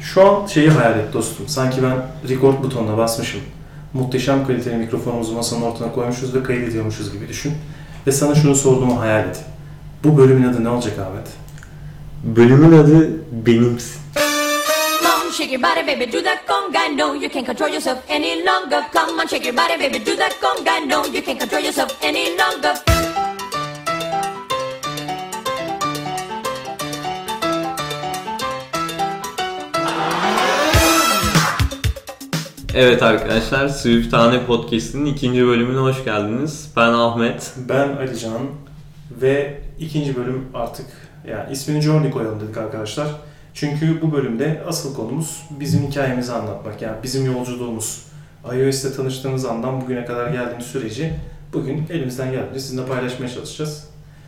Şu an şeyi hayal et dostum. Sanki ben record butonuna basmışım. Muhteşem kaliteli mikrofonumuzu masanın ortasına koymuşuz ve kaydediyormuşuz gibi düşün. Ve sana şunu sorduğumu hayal et. Bu bölümün adı ne olacak Ahmet? Bölümün adı Benimsin. Shake your body, baby, do that conga. No, you can't control yourself any longer. Come on, shake your body, baby, do that conga. No, you can't control yourself any longer. Evet arkadaşlar, Swiftane Podcast'inin ikinci bölümüne hoş geldiniz. Ben Ahmet. Ben Alican. Ve ikinci bölüm artık, yani ismini Journey koyalım dedik arkadaşlar. Çünkü bu bölümde asıl konumuz bizim hikayemizi anlatmak. Yani bizim yolculuğumuz. iOS'te tanıştığımız andan bugüne kadar geldiğimiz süreci bugün elimizden geldiğince sizinle paylaşmaya çalışacağız.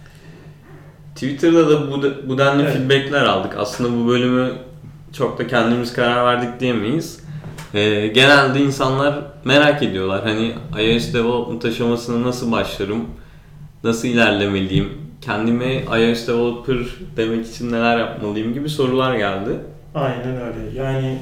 Twitter'da da bu denli feedbackler aldık. Aslında bu bölümü çok da kendimiz karar verdik diyemeyiz. Genelde insanlar merak ediyorlar. Hani iOS Development aşamasına nasıl başlarım? Nasıl ilerlemeliyim? Kendime iOS Developer demek için neler yapmalıyım gibi sorular geldi. Aynen öyle. Yani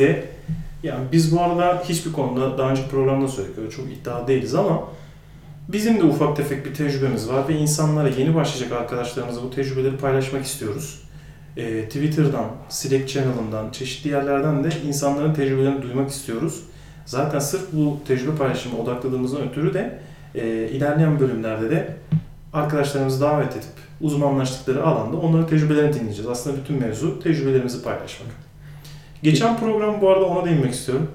biz bu arada hiçbir konuda daha önce programda söyledik. Öyle çok iddialı değiliz ama bizim de ufak tefek bir tecrübemiz var ve insanlara yeni başlayacak arkadaşlarımıza bu tecrübeleri paylaşmak istiyoruz. Twitter'dan, Slack channel'ından, çeşitli yerlerden de insanların tecrübelerini duymak istiyoruz. Zaten sırf bu tecrübe paylaşımına odakladığımızdan ötürü de ilerleyen bölümlerde de arkadaşlarımızı davet edip uzmanlaştıkları alanda onların tecrübelerini dinleyeceğiz. Aslında bütün mevzu tecrübelerimizi paylaşmak. Geçen program bu arada ona değinmek istiyorum.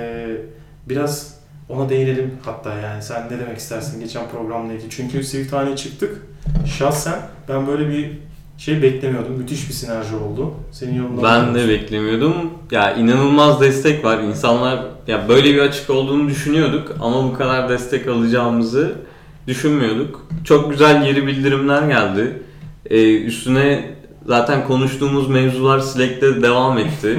Biraz ona değinelim hatta, yani sen ne demek istersin geçen programla ilgili? Çünkü Swifthane'ye çıktık. Şahsen ben böyle bir şey beklemiyordum. Müthiş bir sinerji oldu. Senin yolunda. Ben de beklemiyordum. Ya inanılmaz destek var. İnsanlar ya böyle bir açık olduğunu düşünüyorduk ama bu kadar destek alacağımızı düşünmüyorduk. Çok güzel geri bildirimler geldi. Üstüne zaten konuştuğumuz mevzular Slack'te devam etti.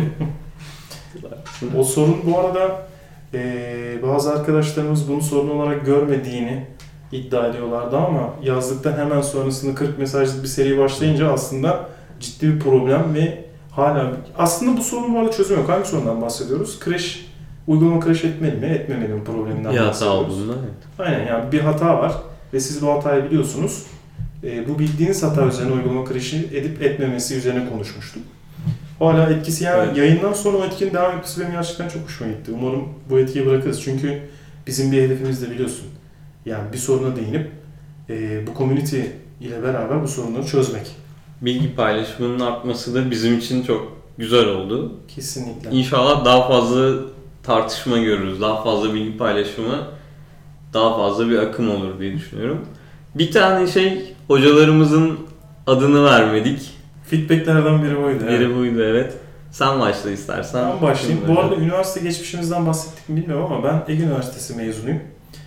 O sorun bu arada bazı arkadaşlarımız bunu sorun olarak görmediğini iddia ediyorlardı ama yazdıktan hemen sonrasında 40 mesajlık bir seri başlayınca aslında ciddi bir problem ve hala aslında bu sorunun bu arada çözümü yok. Hangi sorundan bahsediyoruz? Uygulama crash etmeli mi, etmemeli mi probleminden bir bahsediyoruz. Hata olduğunda, evet. Aynen, yani bir hata var ve siz bu hatayı biliyorsunuz. Bu bildiğiniz hata üzerine uygulama crash'i edip etmemesi üzerine konuşmuştum. Hala etkisi, yani evet. Yayından sonra o etkinin devam etmesi benim gerçekten çok hoşuma gitti. Umarım bu etkiyi bırakırız çünkü bizim bir hedefimiz de biliyorsun. Yani bir soruna değinip bu community ile beraber bu sorunları çözmek. Bilgi paylaşımının artması da bizim için çok güzel oldu. Kesinlikle. İnşallah daha fazla tartışma görürüz, daha fazla bilgi paylaşımı, daha fazla bir akım olur diye düşünüyorum. Bir tane hocalarımızın adını vermedik. Feedbacklerden biri buydu. Biri buydu, evet. Sen başla istersen. Ben başlayayım. Bu arada üniversite geçmişimizden bahsettik mi bilmiyorum ama ben Ege Üniversitesi mezunuyum.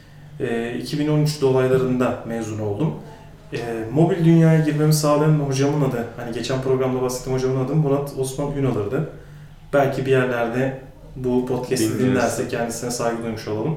2013 dolaylarında mezun oldum. Mobil dünyaya girmemi sağlayan hocamın adı, hani geçen programda bahsettiğim hocamın adı Murat Osman Ünalır'dı. Belki bir yerlerde bu podcast'i dinlerse kendisine saygı duymuş olalım.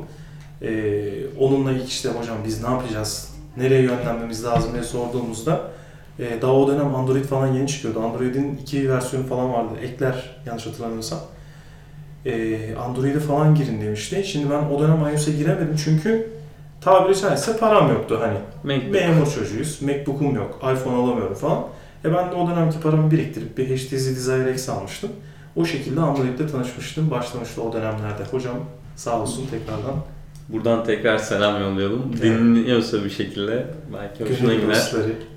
Onunla ilk hocam biz ne yapacağız, nereye yönlenmemiz lazım diye sorduğumuzda daha o dönem Android falan yeni çıkıyordu. Android'in 2 versiyonu falan vardı. Ekler yanlış hatırlamıyorsam. Android'e falan girin demişti. Şimdi ben o dönem iOS'e giremedim çünkü tabiri caizse param yoktu hani. Memur çocuğuyuz, Macbook'um yok, iPhone alamıyorum falan. Ben de o dönemki paramı biriktirip bir HTC Desire X almıştım. O şekilde Android'le tanışmıştım, başlamıştı o dönemlerde. Hocam sağ olsun tekrardan. Buradan tekrar selam yollayalım. Evet. Dinliyorsa bir şekilde belki hoşuna gider.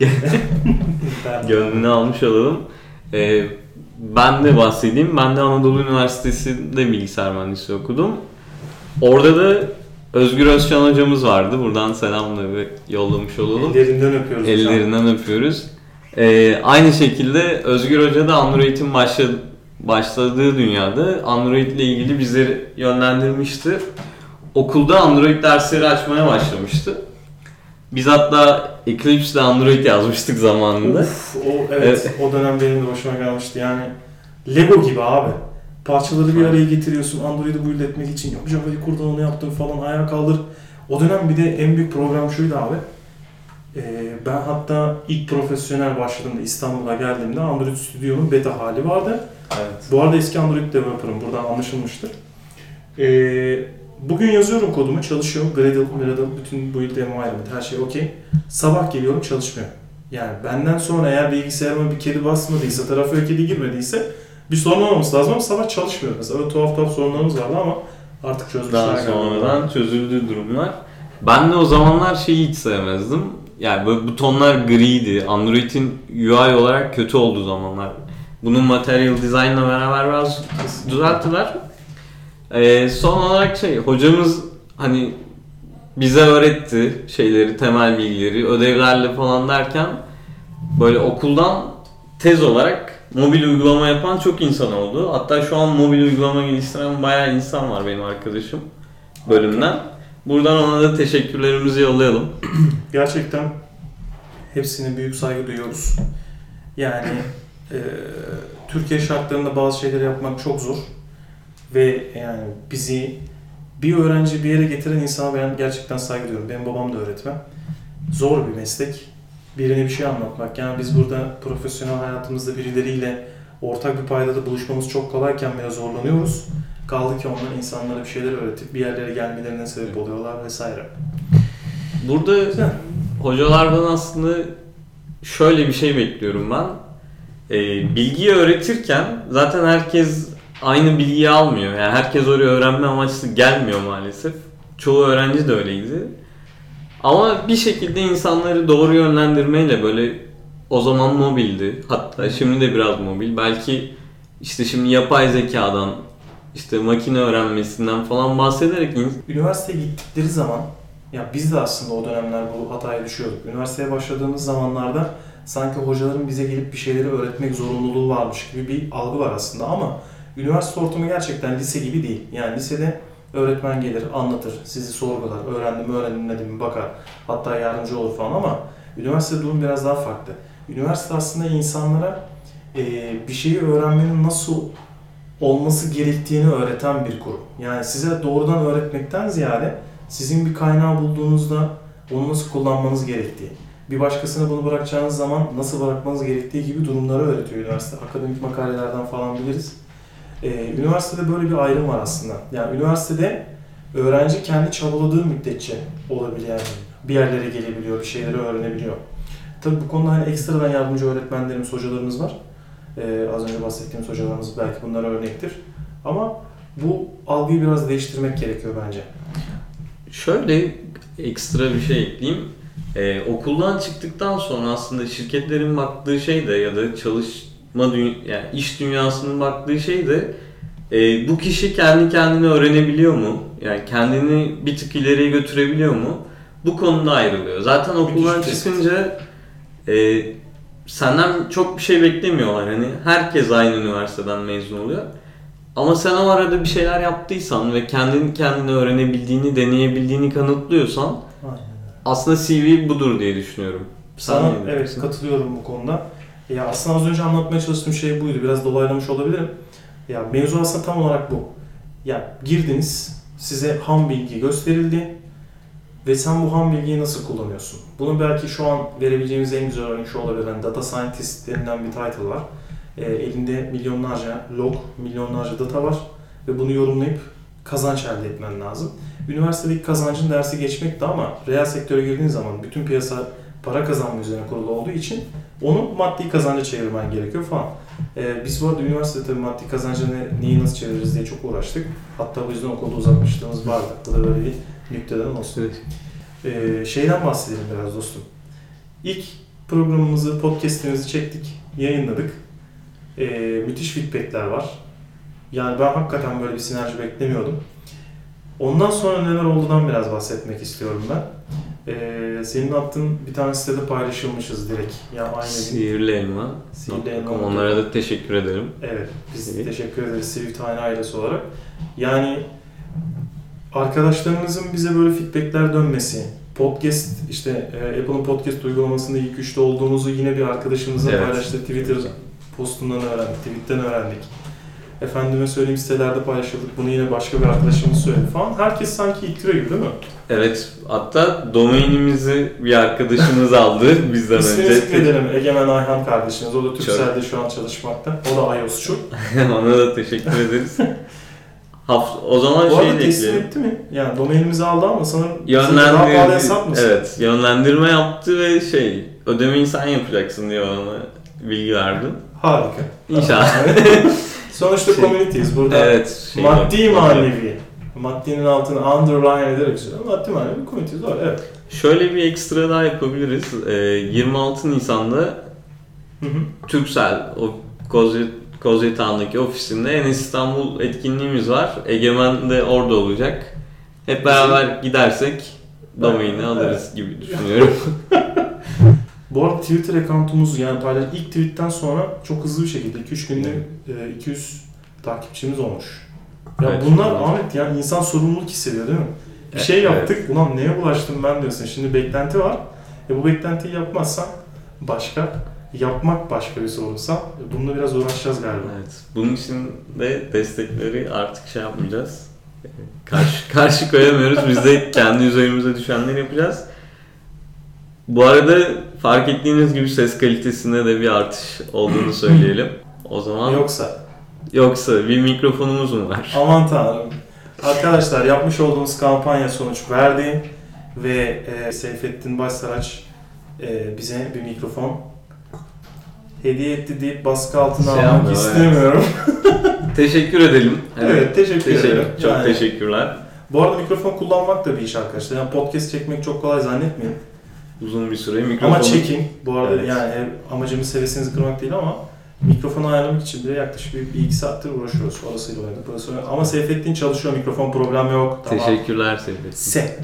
Gönlünü almış olalım. Ben de bahsedeyim. Ben de Anadolu Üniversitesi'nde bilgisayar mühendisliği okudum. Orada da Özgür Özcan hocamız vardı. Buradan selamları yollamış olalım. Ellerinden öpüyoruz. Ellerinden öpüyoruz. Aynı şekilde Özgür Hoca da Android'in başladığı dünyada Android ile ilgili bizleri yönlendirmişti. Okulda Android dersleri açmaya başlamıştı. Biz hatta Eclipse'de Android yazmıştık zamanında. Evet. O dönem benim de hoşuma gelmişti. Yani Lego gibi abi. Parçaları bir araya getiriyorsun Android'i build etmek için. Yok Java'yı kurdan onu yaptım falan, ayağa kaldır. O dönem bir de en büyük problem şuydu abi. Ben hatta ilk profesyonel başladığımda İstanbul'a geldiğimde Android Studio'nun beta hali vardı. Evet. Bu arada eski Android developer'ım, buradan anlaşılmıştır. Bugün yazıyorum kodumu, çalışıyor. Gradle, bütün build environment, her şey okey. Sabah geliyorum, çalışmıyor. Yani benden sonra eğer bilgisayarıma bir kedi basmadıysa, tarafa kedi girmediyse bir sorun olmaması lazım ama sabah çalışmıyor. Mesela öyle tuhaf sorunlarımız vardı ama artık çözmüşler. Daha sonradan çözüldü durumlar. Ben de o zamanlar şeyi hiç sevmezdim. Yani böyle butonlar griydi. Android'in UI olarak kötü olduğu zamanlar. Bunun Material Design'la beraber biraz düzelttiler. Son olarak hocamız hani bize öğretti şeyleri, temel bilgileri, ödevlerle falan derken böyle okuldan tez olarak mobil uygulama yapan çok insan oldu. Hatta şu an mobil uygulama geliştiren bayağı insan var benim arkadaşım bölümden. Buradan ona da teşekkürlerimizi yollayalım. Gerçekten hepsine büyük saygı duyuyoruz. Yani Türkiye şartlarında bazı şeyleri yapmak çok zor. Ve yani bizi bir öğrenci bir yere getiren insana ben gerçekten saygı duyuyorum. Benim babam da öğretmen. Zor bir meslek. Birine bir şey anlatmak. Yani biz burada profesyonel hayatımızda birileriyle ortak bir paydada buluşmamız çok kolayken biraz zorlanıyoruz. Kaldı ki onlar insanlara bir şeyler öğretip bir yerlere gelmelerine sebep oluyorlar vesaire. Burada hocalardan aslında şöyle bir şey bekliyorum ben. Bilgiyi öğretirken zaten herkes aynı bilgiyi almıyor. Yani herkes oraya öğrenme amaçlı gelmiyor maalesef. Çoğu öğrenci de öyleydi. Ama bir şekilde insanları doğru yönlendirmeyle böyle o zaman mobildi. Hatta şimdi de biraz mobil. Belki işte şimdi yapay zekadan, işte makine öğrenmesinden falan bahsederek üniversiteye gittikleri zaman ya biz de aslında o dönemler bu hataya düşüyorduk. Üniversiteye başladığımız zamanlarda sanki hocaların bize gelip bir şeyleri öğretmek zorunluluğu varmış gibi bir algı var aslında ama üniversite ortamı gerçekten lise gibi değil. Yani lisede öğretmen gelir, anlatır, sizi sorgular, öğrendim bakar, hatta yardımcı olur falan ama üniversitede durum biraz daha farklı. Üniversite aslında insanlara bir şeyi öğrenmenin nasıl olması gerektiğini öğreten bir kurum. Yani size doğrudan öğretmekten ziyade sizin bir kaynağı bulduğunuzda onu nasıl kullanmanız gerektiği, bir başkasına bunu bırakacağınız zaman nasıl bırakmanız gerektiği gibi durumları öğretiyor üniversite. Akademik makalelerden falan biliriz. Üniversitede böyle bir ayrım var aslında. Yani üniversitede öğrenci kendi çabaladığı müddetçe olabiliyor. Yani bir yerlere gelebiliyor, bir şeyleri öğrenebiliyor. Tabii bu konuda hani ekstradan yardımcı öğretmenlerimiz, hocalarımız var. Az önce bahsettiğimiz hocalarımız belki bunlara örnektir. Ama bu algıyı biraz değiştirmek gerekiyor bence. Şöyle ekstra bir şey ekleyeyim. Okuldan çıktıktan sonra aslında şirketlerin baktığı şey de ya da yani iş dünyasının baktığı şey de bu kişi kendi kendine öğrenebiliyor mu? Yani kendini bir tık ileriye götürebiliyor mu? Bu konuda ayrılıyor. Zaten okuldan çıkınca senden çok bir şey beklemiyorlar. Hani herkes aynı üniversiteden mezun oluyor. Ama sen o arada bir şeyler yaptıysan ve kendini öğrenebildiğini, deneyebildiğini kanıtlıyorsan aslında CV budur diye düşünüyorum. Sana evet katılıyorum bu konuda. Ya aslında az önce anlatmaya çalıştığım şey buydu. Biraz dolaylamış olabilirim. Ya mevzu aslında tam olarak bu. Ya girdiniz, size ham bilgi gösterildi ve sen bu ham bilgiyi nasıl kullanıyorsun? Bunu belki şu an verebileceğimiz en güzel örnek şu olabilir. Yani data scientist denilen bir title var. Elinde milyonlarca log, milyonlarca data var ve bunu yorumlayıp kazanç elde etmen lazım. Üniversitedeki kazancın dersi geçmekti ama reel sektöre girdiğin zaman bütün piyasa para kazanma üzerine kurulu olduğu için onu maddi kazanca çevirmen gerekiyor falan. Biz bu arada üniversitede tabii maddi kazancı neyi nasıl çeviririz diye çok uğraştık. Hatta bu yüzden okulda uzatmışlığımız vardı. Bu da böyle bir nükteden olsun. Şeyden bahsedelim biraz dostum. İlk programımızı, podcast'imizi çektik, yayınladık. Müthiş feedbackler var. Yani ben hakikaten böyle bir sinerji beklemiyordum. Ondan sonra neler olduğundan biraz bahsetmek istiyorum ben. Senin attığın bir tane sitede paylaşılmışız direkt. Yani aynı Sihirli Elma. Onlara da teşekkür ederim. Evet, biz teşekkür ederiz Swift ailesi olarak. Yani arkadaşlarınızın bize böyle feedbackler dönmesi, podcast işte Apple'ın podcast uygulamasında ilk 3'te olduğumuzu yine bir arkadaşımızla paylaştık. Twitter postundan öğrendik, tweetten öğrendik. Efendime söyleyeyim sitelerde paylaşıldık. Bunu yine başka bir arkadaşımız söyledi falan. Herkes sanki ittiriyor gibi değil mi? Evet, hatta domainimizi bir arkadaşımız aldı bizden İsmini önce. zikredelim. Egemen Ayhan kardeşimiz. O da Turkcell'de şu an çalışmakta. O da iOS'çu. Ona da teşekkür ederiz. O zaman Bu şey arada de teslim ekleyelim. etti mi? Yani domainimizi aldı ama sanırım daha pahalıya satmasın. Evet, yönlendirme yaptı ve ödemeyi sen yapacaksın diye bana bilgi verdi. Harika. İnşallah. Sonuçta community'yiz burada. Evet. Maddi manevi. Maddinin altını underline ederek söylüyorum. Maddi manevi bir community'yiz var. Evet. Şöyle bir ekstra daha yapabiliriz. 26 Nisan'da Turkcell, o Kozyatağ'daki ofisinde Enes İstanbul etkinliğimiz var. Egemen de orada olacak. Hep beraber gidersek domaini alırız gibi düşünüyorum. Bu arada Twitter account'umuz yani ilk tweet'ten sonra çok hızlı bir şekilde 2-3 günde 200 takipçimiz olmuş. Ya evet, bunlar evet. Ahmet yani insan sorumluluk hissediyor değil mi? Bir şey yaptık, ulan neye bulaştım ben diyorsun. Şimdi beklenti var. Bu beklentiyi yapmazsan başka, yapmak başka bir sorunsa bununla biraz uğraşacağız galiba. Evet. Bunun için de destekleri artık yapmayacağız. Karşı koyamıyoruz. Biz de kendi üzerimize düşenleri yapacağız. Bu arada fark ettiğiniz gibi ses kalitesinde de bir artış olduğunu söyleyelim. O zaman yoksa bir mikrofonumuz mu var? Aman tanrım. Arkadaşlar yapmış olduğumuz kampanya sonuç verdi ve Seyfettin Başsaraç bize bir mikrofon hediye etti deyip baskı altına almak istemiyorum. Teşekkür edelim. Evet, teşekkür ederim. Çok teşekkürler. Bu arada mikrofon kullanmak da bir iş arkadaşlar. Yani podcast çekmek çok kolay zannetmeyin. Uzun bir süre mikrofonu... Ama çekin. Bu arada evet. yani amacımız hevesinizi kırmak değil ama mikrofonu ayarlamak için bile yaklaşık bir iki saattir uğraşıyoruz. Orasıyla oynadık, burasıyla oynadık. Ama Seyfettin çalışıyor, mikrofon problemi yok. Tamam. Teşekkürler Seyfettin.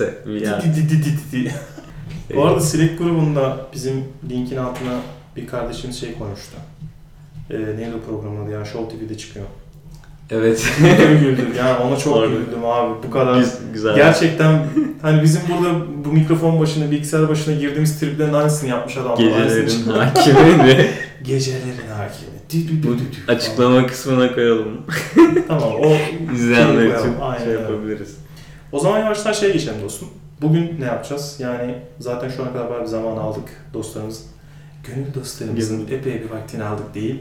Bu arada Slack grubunda bizim linkin altına bir kardeşimiz koymuştu. Neydi o programın adı ya? Show TV'de çıkıyor. Evet. Güldüm yani ona çok güldüm abi. Bu kadar. Güzel. Gerçekten hani bizim burada bu mikrofon başına, bilgisayar başına girdiğimiz triplerin aynısını yapmış adam. Gecelerin hakimi. Gecelerin hakimi. Bu açıklama kısmına koyalım. Tamam o izleyenler için yapabiliriz. O zaman yavaştan geçelim dostum. Bugün ne yapacağız? Yani zaten şu ana kadar bir zaman aldık dostlarımız. Gönül dostlarımızın epey bir vaktini aldık değil.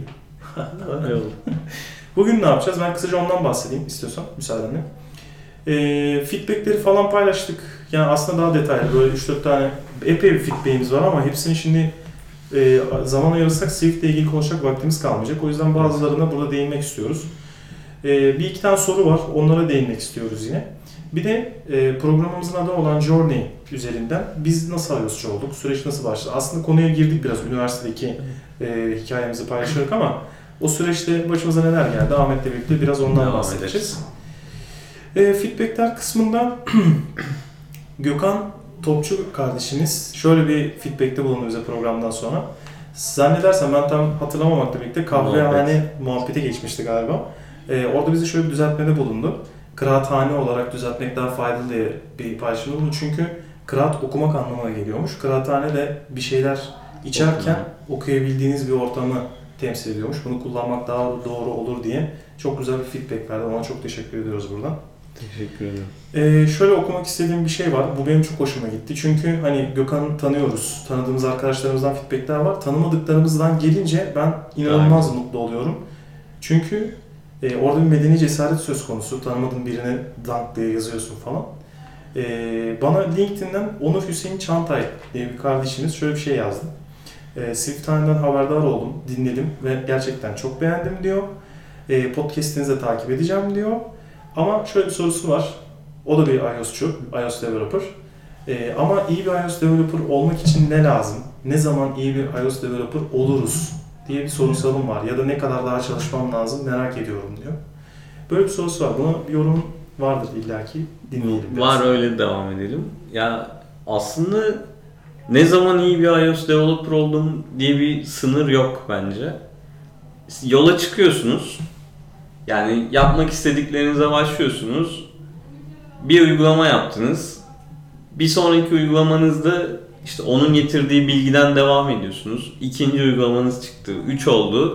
Bugün ne yapacağız? Ben kısaca ondan bahsedeyim istiyorsan müsaadenle. Feedbackleri falan paylaştık. Yani aslında daha detaylı böyle 3-4 tane epey bir feedback'imiz var ama hepsini şimdi zaman ayırırsak Swift ile ilgili konuşacak vaktimiz kalmayacak. O yüzden bazılarına burada değinmek istiyoruz. Bir iki tane soru var. Onlara değinmek istiyoruz yine. Bir de programımızın adı olan Journey üzerinden biz nasıl iOS'cu olduk? Süreç nasıl başladı? Aslında konuya girdik biraz üniversitedeki hikayemizi paylaşarak ama o süreçte başımıza neler geldi? Ahmet'le birlikte biraz ondan bahsedeceğiz. Feedbackler kısmında Gökhan Topçu kardeşimiz şöyle bir feedbackte bulundu bize programdan sonra. Zannedersem ben tam hatırlamamakla birlikte kahvehane muhabbete geçmişti galiba. Orada bize şöyle bir düzeltmede bulundu. Kıraathane olarak düzeltmek daha faydalı diye bir paylaşım oldu. Çünkü kıraat okumak anlamına geliyormuş. Kıraathane de bir şeyler içerken okuyabildiğiniz bir ortamı temsil ediyormuş. Bunu kullanmak daha doğru olur diye çok güzel bir feedback verdi. Ona çok teşekkür ediyoruz buradan. Teşekkür ederim. Şöyle okumak istediğim bir şey var. Bu benim çok hoşuma gitti. Çünkü hani Gökhan'ı tanıyoruz. Tanıdığımız arkadaşlarımızdan feedbackler var. Tanımadıklarımızdan gelince ben inanılmaz mutlu oluyorum. Çünkü orada bir medeni cesaret söz konusu. Tanımadığın birine dank diye yazıyorsun falan. Bana LinkedIn'den Onur Hüseyin Çantay diye bir kardeşimiz şöyle bir şey yazdı. Swift Time'dan haberdar oldum, dinledim ve gerçekten çok beğendim diyor. Podcast'inizi de takip edeceğim diyor. Ama şöyle bir sorusu var. O da bir iOS'cu, iOS developer. Ama iyi bir iOS developer olmak için ne lazım? Ne zaman iyi bir iOS developer oluruz diye bir sorunsalım var. Ya da ne kadar daha çalışmam lazım merak ediyorum diyor. Böyle bir sorusu var. Buna bir yorum vardır illaki. Dinleyelim biraz. Var, öyle devam edelim. Ya aslında ne zaman iyi bir iOS developer oldum diye bir sınır yok bence. Yola çıkıyorsunuz. Yani yapmak istediklerinize başlıyorsunuz. Bir uygulama yaptınız. Bir sonraki uygulamanızda işte onun getirdiği bilgiden devam ediyorsunuz. İkinci uygulamanız çıktı. 3 oldu.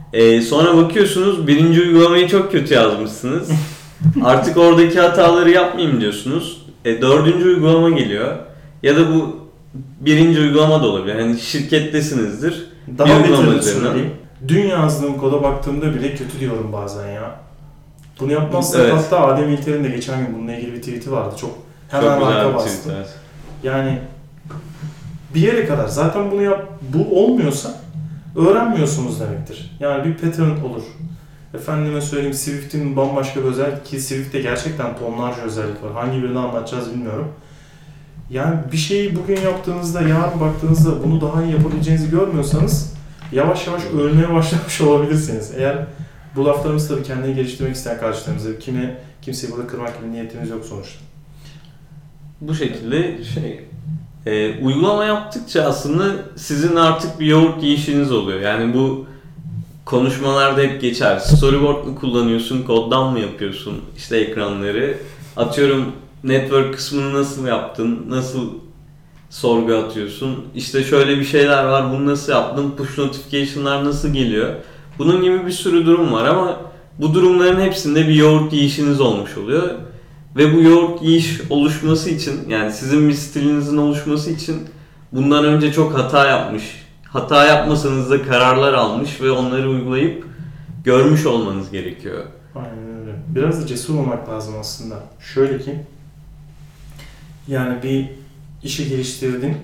Sonra bakıyorsunuz birinci uygulamayı çok kötü yazmışsınız. Artık oradaki hataları yapmayayım diyorsunuz. Dördüncü uygulama geliyor. Ya da bu birinci uygulama da olabilir. Hani şirkettesinizdir. Daha beterini söyleyeyim. Dün yazdığım koda baktığımda bile kötü diyorum bazen ya. Bunu yapmazsak evet. Hatta Adem İlter'in de geçen gün bununla ilgili bir tweet'i vardı. Çok hemen arka bastı. Evet. Yani bir yere kadar zaten bu olmuyorsa öğrenmiyorsunuz demektir. Yani bir pattern olur. Efendime söyleyeyim, Swift'in bambaşka bir özellik ki Swift'te gerçekten tonlarca özellik var. Hangi birini anlatacağız bilmiyorum. Yani bir şeyi bugün yaptığınızda, yarın baktığınızda bunu daha iyi yapabileceğinizi görmüyorsanız yavaş yavaş ölmeye başlamış olabilirsiniz. Eğer bu laflarımız tabii kendini geliştirmek isteyen karşılarımıza, kimseyi burada kırmak gibi niyetimiz yok sonuçta. Bu şekilde uygulama yaptıkça aslında sizin artık bir yoğurt yiyişiniz oluyor. Yani bu konuşmalarda hep geçer. Storyboard mu kullanıyorsun, koddan mı yapıyorsun işte ekranları? Atıyorum network kısmını nasıl yaptın, nasıl sorgu atıyorsun? İşte şöyle bir şeyler var, bunu nasıl yaptın, push notification'lar nasıl geliyor? Bunun gibi bir sürü durum var ama bu durumların hepsinde bir yoğurt yiyişiniz olmuş oluyor. Ve bu yoğurt yiyiş oluşması için, yani sizin bir stilinizin oluşması için bundan önce çok hata yapmış, hata yapmasanız da kararlar almış ve onları uygulayıp görmüş olmanız gerekiyor. Aynen öyle. Biraz da cesur olmak lazım aslında. Şöyle ki, yani bir işi geliştirdin,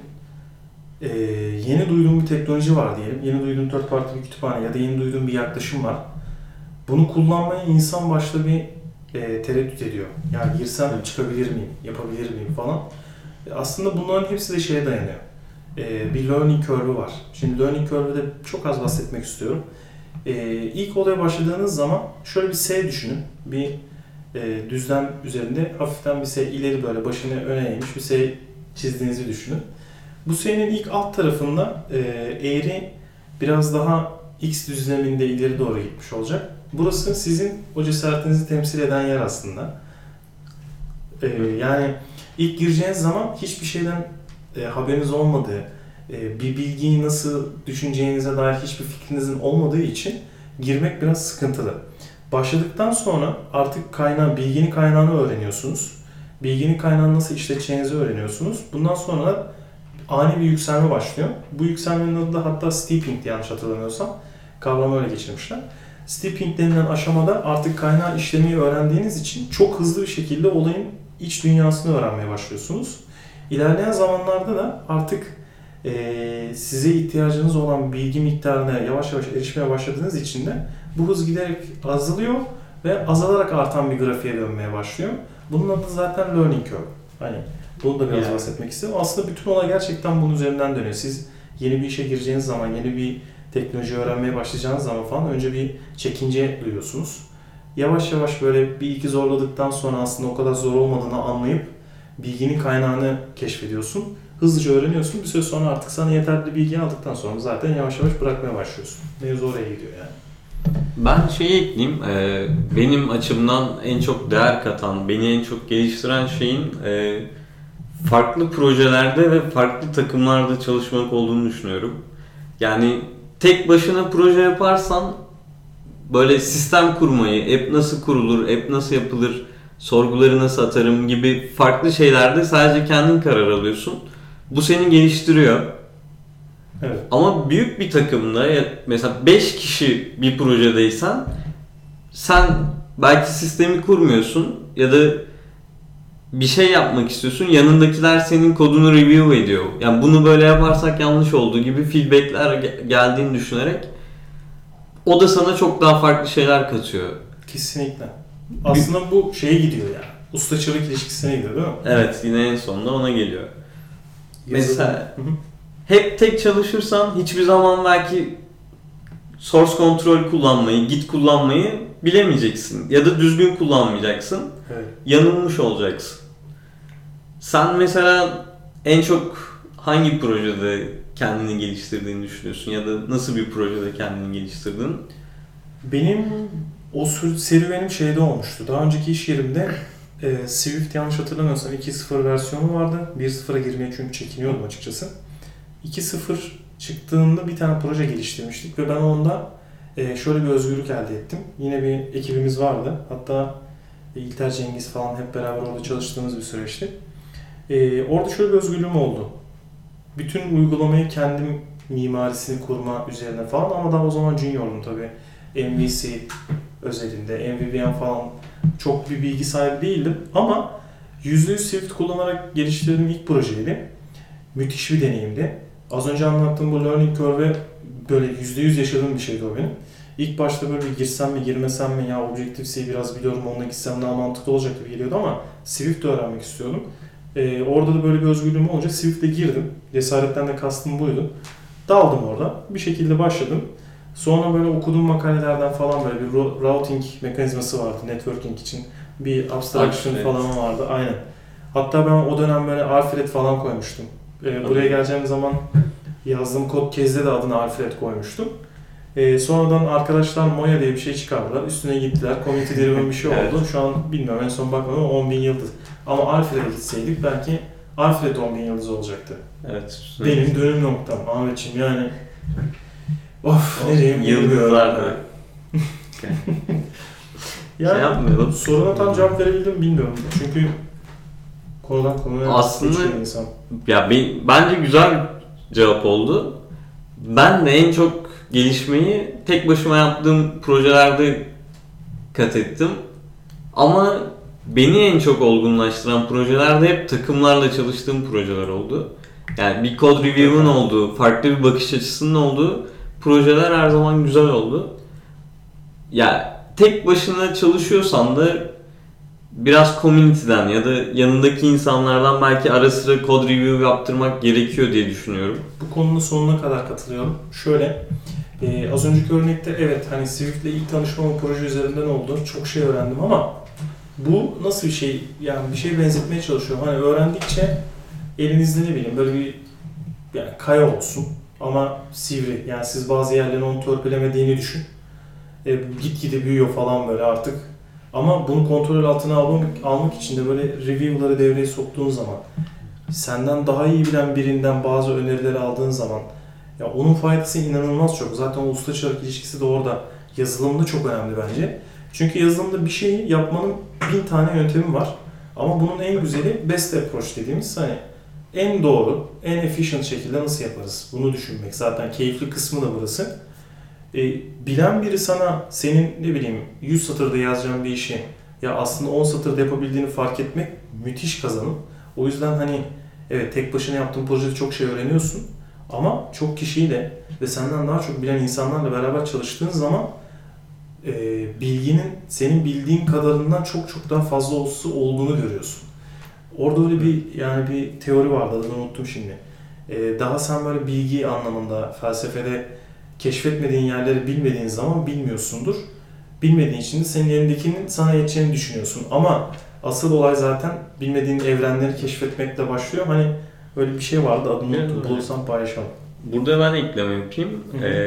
yeni duyduğun bir teknoloji var diyelim, yeni duyduğun third party bir kütüphane ya da yeni duyduğun bir yaklaşım var. Bunu kullanmaya insan başta bir tereddüt ediyor. Yani girsem çıkabilir miyim, yapabilir miyim falan. Aslında bunların hepsi de şeye dayanıyor. Bir learning curve'ü var. Şimdi learning curve'ü de çok az bahsetmek istiyorum. İlk olaya başladığınız zaman şöyle bir S düşünün. Bir düzlem üzerinde hafiften bir S ileri böyle başını öne eğmiş bir S çizdiğinizi düşünün. Bu S'nin ilk alt tarafında eğri biraz daha X düzleminde ileri doğru gitmiş olacak. Burası sizin o cesaretinizi temsil eden yer aslında. Yani ilk gireceğiniz zaman hiçbir şeyden haberiniz olmadığı, bir bilgiyi nasıl düşüneceğinize dair hiçbir fikrinizin olmadığı için girmek biraz sıkıntılı. Başladıktan sonra artık bilginin kaynağını öğreniyorsunuz. Bilginin kaynağını nasıl işleteceğinizi öğreniyorsunuz. Bundan sonra ani bir yükselme başlıyor. Bu yükselmenin adı da hatta steeping, yanlış hatırlamıyorsam. Kavramı öyle geçirmişler. Steeping denilen aşamada artık kaynağı işlemeyi öğrendiğiniz için çok hızlı bir şekilde olayın iç dünyasını öğrenmeye başlıyorsunuz. İlerleyen zamanlarda da artık size ihtiyacınız olan bilgi miktarına yavaş yavaş erişmeye başladığınız için de bu hız giderek azalıyor ve azalarak artan bir grafiğe dönmeye başlıyor. Bunun adı zaten learning curve. Hani bunu da biraz bahsetmek istedim. Aslında bütün olay gerçekten bunun üzerinden dönüyor. Siz yeni bir işe gireceğiniz zaman, yeni bir teknoloji öğrenmeye başlayacağınız zaman falan önce bir çekince duyuyorsunuz. Yavaş yavaş böyle bir iki zorladıktan sonra aslında o kadar zor olmadığını anlayıp bilginin kaynağını keşfediyorsun. Hızlıca öğreniyorsun. Bir süre sonra artık sana yeterli bilgi aldıktan sonra zaten yavaş yavaş bırakmaya başlıyorsun. Mevzu oraya gidiyor yani. Ben şeyi ekleyeyim. Benim açımdan en çok değer katan, beni en çok geliştiren şeyin farklı projelerde ve farklı takımlarda çalışmak olduğunu düşünüyorum. Yani tek başına proje yaparsan böyle sistem kurmayı, app nasıl kurulur, app nasıl yapılır, sorguları nasıl atarım gibi farklı şeylerde sadece kendin karar alıyorsun. Bu seni geliştiriyor. Evet. Ama büyük bir takımda mesela 5 kişi bir projedeysen sen belki sistemi kurmuyorsun ya da bir şey yapmak istiyorsun. Yanındakiler senin kodunu review ediyor. Yani bunu böyle yaparsak yanlış olduğu gibi feedbackler geldiğini düşünerek o da sana çok daha farklı şeyler katıyor. Kesinlikle. Aslında bu şeye gidiyor yani. Usta-çırak ilişkisine gidiyor değil mi? Evet, yine en sonunda ona geliyor. Mesela hep tek çalışırsan hiçbir zaman belki source control kullanmayı, git kullanmayı bilemeyeceksin. Ya da düzgün kullanmayacaksın. Evet. Yanılmış olacaksın. Sen mesela en çok hangi projede kendini geliştirdiğini düşünüyorsun? Ya da nasıl bir projede kendini geliştirdin? Benim o serüvenim şeyde olmuştu. Daha önceki iş yerimde Swift, yanlış hatırlamıyorsam 2.0 versiyonu vardı. 1.0'a girmeye çünkü çekiniyordum açıkçası. 2.0 çıktığında bir tane proje geliştirmiştik ve ben onda Şöyle bir özgürlük elde ettim. Yine bir ekibimiz vardı. Hatta İlter Cengiz falan hep beraber orada çalıştığımız bir süreçti. Orada şöyle bir özgürlüğüm oldu. Bütün uygulamayı kendim mimarisini kurma üzerine falan ama daha o zaman junior'um tabii. MVC özelinde, MVVM falan çok bir bilgi sahibi değildim ama %100 Swift kullanarak geliştirdiğim ilk projeydi. Müthiş bir deneyimdi. Az önce anlattığım bu learning curve'e böyle %100 yaşadığım bir şeydi o benim. İlk başta böyle bir girsem mi girmesem mi ya Objective-C'yi biraz biliyorum onunla gitsem daha mantıklı olacak gibi geliyordu ama Swift öğrenmek istiyordum. Orada da böyle bir özgürlüğüm olunca Swift'e girdim. Cesaretten de kastım buydu. Daldım orada. Bir şekilde başladım. Sonra böyle okuduğum makalelerden falan böyle bir routing mekanizması vardı networking için. Bir abstraction falan vardı. Aynen. Hatta ben o dönem böyle Alfred falan koymuştum. Buraya geleceğim zaman yazdığım kod kezde de adını Alfred koymuştum. Sonradan arkadaşlar Moya diye bir şey çıkardılar. Üstüne gittiler. Community driven bir şey oldu. Şu an bilmiyorum en son bakmadım 10.000 yıldız. Ama Alfred'e gitseydik belki Alfred 10.000 yıldız olacaktı. Evet. Benim dönüm noktam Ahmetciğim yani. Of ne diyeyim yıldızlar da. Yani soruna tam cevap verebildim bilmiyorum. Çünkü konudan konuya aslında insan. Ya bence güzel cevap oldu. Ben de en çok gelişmeyi tek başıma yaptığım projelerde kat ettim. Ama beni en çok olgunlaştıran projelerde hep takımlarla çalıştığım projeler oldu. Yani bir code review'un olduğu, farklı bir bakış açısının olduğu projeler her zaman güzel oldu. Ya tek başına çalışıyorsan da biraz community'den ya da yanındaki insanlardan belki ara sıra code review yaptırmak gerekiyor diye düşünüyorum. Bu konunun sonuna kadar katılıyorum. Şöyle, az önceki örnekte evet hani Swift'le ilk tanışmam proje üzerinden oldu. Çok şey öğrendim ama bu nasıl bir şey? Yani bir şey benzetmeye çalışıyorum. Hani öğrendikçe elinizde ne bileyim böyle bir yani kaya olsun ama sivri. Yani siz bazı yerlerin onu törpülemediğini düşün. Gitgide büyüyor falan böyle artık. Ama bunu kontrol altına almak için de böyle review'ları devreye soktuğun zaman senden daha iyi bilen birinden bazı önerileri aldığın zaman ya onun faydası inanılmaz çok. Zaten o usta çırak ilişkisi de orada. Yazılımda çok önemli bence. Çünkü yazılımda bir şeyi yapmanın 1000 tane yöntemi var. Ama bunun en güzeli best approach dediğimiz hani en doğru, en efficient şekilde nasıl yaparız? Bunu düşünmek. Zaten keyifli kısmı da burası. Bilen biri sana senin ne bileyim 100 satırda yazacağın bir işi ya aslında 10 satırda yapabildiğini fark etmek müthiş kazanım. O yüzden hani evet tek başına yaptığın projede çok şey öğreniyorsun ama çok kişiyle ve senden daha çok bilen insanlarla beraber çalıştığın zaman bilginin senin bildiğin kadarından çok çok daha fazla olduğunu görüyorsun. Orada öyle bir yani bir teori vardı adını unuttum şimdi. Daha sen böyle bilgi anlamında felsefede keşfetmediğin yerleri bilmediğin zaman bilmiyorsundur. Bilmediğin için de senin elindekinin sana yeteceğini düşünüyorsun. Ama asıl olay zaten bilmediğin evrenleri keşfetmekle başlıyor. Hani öyle bir şey vardı adını unuttum. Bulursam paylaşalım. Burada ben ekleme yapayım.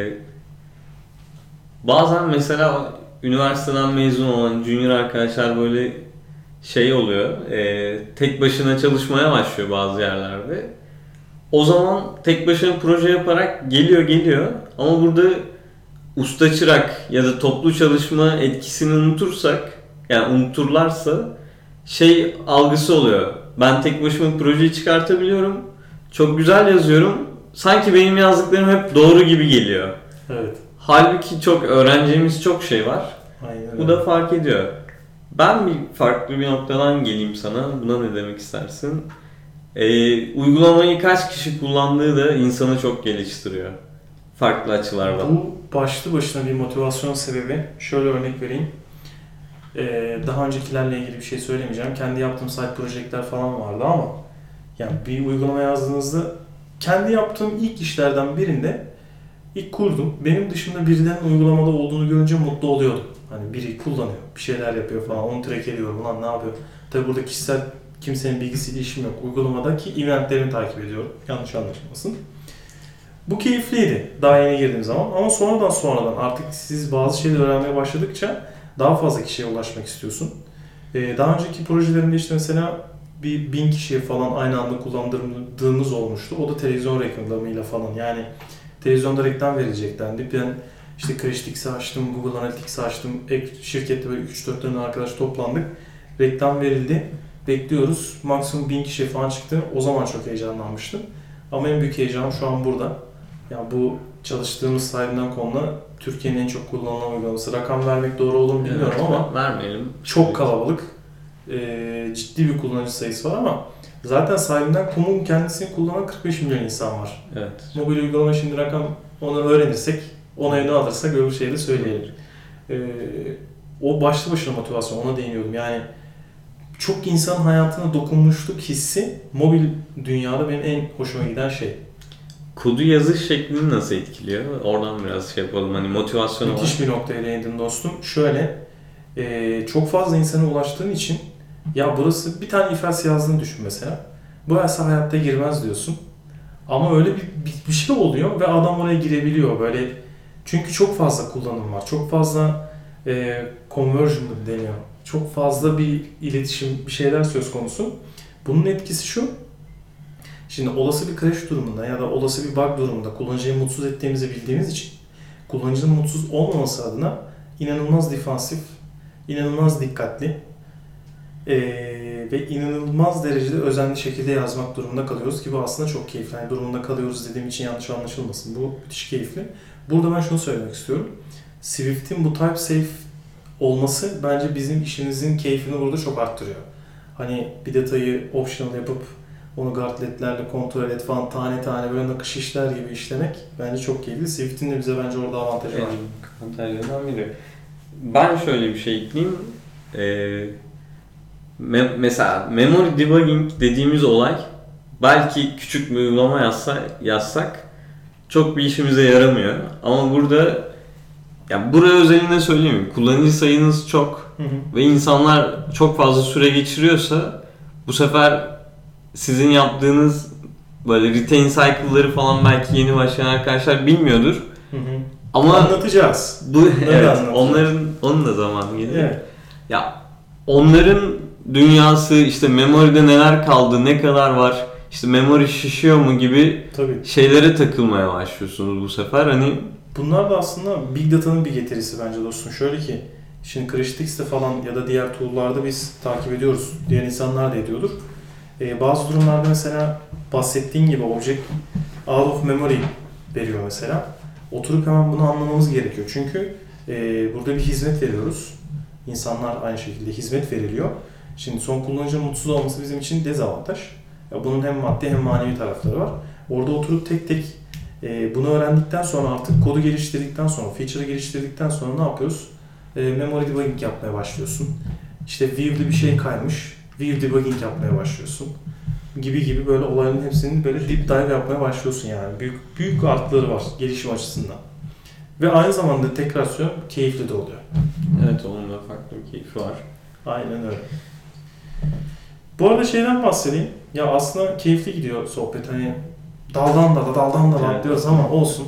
Bazen mesela üniversiteden mezun olan junior arkadaşlar böyle şey oluyor. Tek başına çalışmaya başlıyor bazı yerlerde. O zaman tek başına proje yaparak geliyor ama burada usta çırak ya da toplu çalışma etkisini unutursak yani unuturlarsa şey algısı oluyor. Ben tek başıma projeyi çıkartabiliyorum. Çok güzel yazıyorum. Sanki benim yazdıklarım hep doğru gibi geliyor. Evet. Halbuki çok öğreneceğimiz çok şey var. Aynen. Bu da fark ediyor. Ben bir farklı bir noktadan geleyim sana. Buna ne demek istersin? Uygulamayı kaç kişi kullandığı da insanı çok geliştiriyor. Farklı açılardan. Bu başlı başına bir motivasyon sebebi. Şöyle örnek vereyim. Daha öncekilerle ilgili bir şey söylemeyeceğim. Kendi yaptığım side projectler falan vardı ama yani bir uygulama yazdığınızda kendi yaptığım ilk işlerden birinde ilk kurdum. Benim dışında birilerinin uygulamada olduğunu görünce mutlu oluyordum. Hani biri kullanıyor, bir şeyler yapıyor falan. Onu track ediyorum. Ulan ne yapıyor? Tabi burada kişisel kimsenin bilgisiyle işim yok. Uygulamadaki eventlerini takip ediyorum. Yanlış anlaşılmasın. Bu keyifliydi daha yeni girdiğim zaman ama sonradan artık siz bazı şeyleri öğrenmeye başladıkça daha fazla kişiye ulaşmak istiyorsun. Daha önceki projelerimde işte mesela bir 1000 kişiye falan aynı anda kullandırdığımız olmuştu. O da televizyon reklamıyla falan yani televizyonda reklam verilecek dendi. Ben İşte Crashlytics'i açtım, Google Analytics'i açtım. Şirkette böyle 3-4 tane arkadaş toplandık. Reklam verildi. Bekliyoruz. Maksimum 1000 kişi falan çıktı. O zaman çok heyecanlanmıştım. Ama en büyük heyecanım şu an burada. Yani bu çalıştığımız sahibinden.com'la Türkiye'nin en çok kullanılan uygulaması. Rakam vermek doğru olur mu bilmiyorum ama vermeyelim. Çok kalabalık. Ciddi bir kullanıcı sayısı var ama zaten sahibinden.com'un kendisini kullanan 45 milyon insan var. Evet. Mobil uygulama şimdi rakam onu öğrenirsek, onayını alırsak öbür şeyi de söyleyelim. O başlı başına motivasyon, ona değiniyordum. Yani çok insan hayatına dokunmuşluk hissi mobil dünyada benim en hoşuma giden şey. Kodu yazış şeklini nasıl etkiliyor? Oradan biraz şey yapalım. Hani motivasyon olarak. Müthiş bir noktaya değindin dostum. Şöyle, çok fazla insana ulaştığın için ya burası bir tane iflas yazdığını düşün mesela. Bu else hayatta girmez diyorsun. Ama öyle bir şey oluyor ve adam oraya girebiliyor böyle. Çünkü çok fazla kullanım var. Çok fazla conversion deniyor. Çok fazla bir iletişim, bir şeyler söz konusu. Bunun etkisi şu. Şimdi olası bir crash durumunda ya da olası bir bug durumunda kullanıcıyı mutsuz ettiğimizi bildiğimiz için kullanıcının mutsuz olmaması adına inanılmaz defansif, inanılmaz dikkatli ve inanılmaz derecede özenli şekilde yazmak durumunda kalıyoruz ki bu aslında çok keyifli. Yani durumunda kalıyoruz dediğim için yanlış anlaşılmasın. Bu müthiş keyifli. Burada ben şunu söylemek istiyorum. Swift'in bu type safe olması bence bizim işimizin keyfini burada çok arttırıyor. Hani bir detayı optional yapıp onu guardletlerle kontrol et falan tane tane böyle nakış işler gibi işlemek bence çok keyifli. Swift'in de bize bence orada avantajı var. Avantajlarından biri. Ben şöyle bir şey ekleyeyim. Mesela memory debugging dediğimiz olay belki küçük bir uygulama yazsak çok bir işimize yaramıyor. Ama burada yani buraya özelinde söyleyeyim. Kullanıcı sayınız çok ve insanlar çok fazla süre geçiriyorsa bu sefer sizin yaptığınız böyle retain cycle'ları falan belki yeni başlayan arkadaşlar bilmiyordur. Ama anlatacağız. Evet, onun da zamanı geliyor. Evet. Ya onların dünyası işte memory'de neler kaldı, ne kadar var, işte memory şişiyor mu gibi Tabii. şeylere takılmaya başlıyorsunuz bu sefer. Hani bunlar da aslında Big Data'nın bir getirisi bence dostum. Şöyle ki, şimdi Crashlytics'te falan ya da diğer tool'larda biz takip ediyoruz. Diğer insanlar da ediyordur. Bazı durumlarda mesela bahsettiğin gibi object out of memory veriyor mesela. Oturup hemen bunu anlamamız gerekiyor. Çünkü burada bir hizmet veriyoruz. İnsanlar aynı şekilde hizmet veriliyor. Şimdi son kullanıcının mutsuz olması bizim için dezavantaj. Ya bunun hem maddi hem manevi tarafları var. Orada oturup tek tek bunu öğrendikten sonra artık kodu geliştirdikten sonra, feature'ı geliştirdikten sonra ne yapıyoruz? Memory debugging yapmaya başlıyorsun. İşte view'de bir şey kaymış, view debugging yapmaya başlıyorsun. Gibi böyle olayların hepsinin böyle deep dive yapmaya başlıyorsun yani. Büyük artıları var gelişim açısından. Ve aynı zamanda tekrar söylüyorum, keyifli de oluyor. evet, onun da farklı bir keyfi var. Aynen öyle. Bu arada şeyden bahsedeyim. Ya aslında keyifli gidiyor sohbet. Hani daldan dala Evet. diyoruz ama olsun.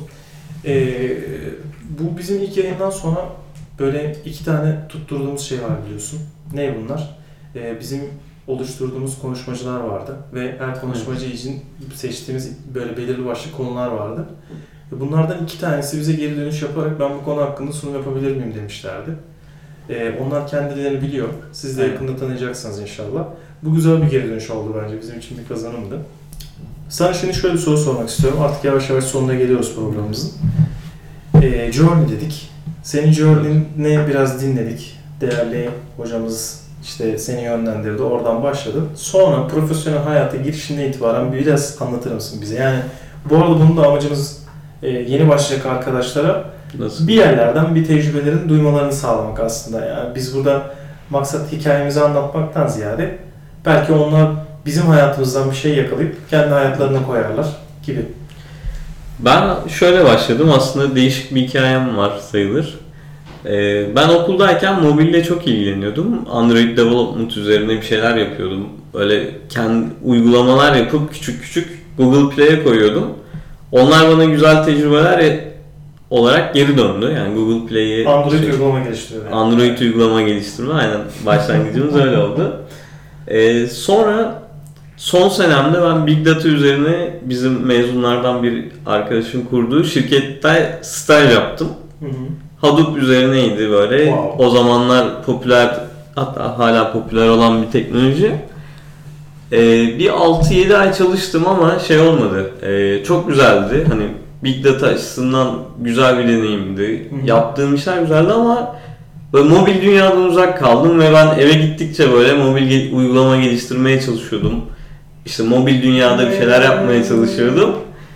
Bu bizim ilk yayından sonra böyle 2 tane tutturduğumuz şey var biliyorsun. Ne bunlar? Bizim oluşturduğumuz konuşmacılar vardı ve her konuşmacı için seçtiğimiz böyle belirli başlı konular vardı. Bunlardan 2 tanesi bize geri dönüş yaparak ben bu konu hakkında sunum yapabilir miyim demişlerdi. Onlar kendilerini biliyor. Siz de yakında tanıyacaksınız inşallah. Bu güzel bir geri dönüş oldu bence. Bizim için bir kazanımdı. Sana şimdi şöyle bir soru sormak istiyorum. Artık yavaş yavaş sonuna geliyoruz programımızın. Journey dedik. Senin Journey'ni biraz dinledik. Değerli hocamız işte seni yönlendirdi. Oradan başladı. Sonra profesyonel hayata girişinden itibaren biraz anlatır mısın bize? Yani bu arada bunun da amacımız yeni başlayacak arkadaşlara Nasıl? bir yerlerden bir tecrübelerin duymalarını sağlamak aslında. Yani biz burada maksat hikayemizi anlatmaktan ziyade belki onlar bizim hayatımızdan bir şey yakalayıp kendi hayatlarına koyarlar gibi. Ben şöyle başladım. Aslında değişik bir hikayem var sayılır. Ben okuldayken mobille çok ilgileniyordum. Android development üzerine bir şeyler yapıyordum. Böyle kendi uygulamalar yapıp küçük Google Play'e koyuyordum. Onlar bana güzel tecrübeler olarak geri döndü. Yani Google Play'i Android uygulama geliştiriyor. Yani. Android uygulama geliştirme aynen başlangıcımız öyle oldu. Sonra son senemde ben Big Data üzerine bizim mezunlardan bir arkadaşım kurduğu şirkette staj yaptım. Hı hı. Hadoop üzerineydi böyle. Wow. O zamanlar popüler, hatta hala popüler olan bir teknoloji. Bir 6-7 ay çalıştım ama şey olmadı. Çok güzeldi. Hani Big Data açısından güzel bir deneyimdi. Hı hı. Yaptığım işler güzeldi ama böyle mobil dünyadan uzak kaldım ve ben eve gittikçe böyle mobil uygulama geliştirmeye çalışıyordum. İşte mobil dünyada bir şeyler yapmaya çalışıyordum.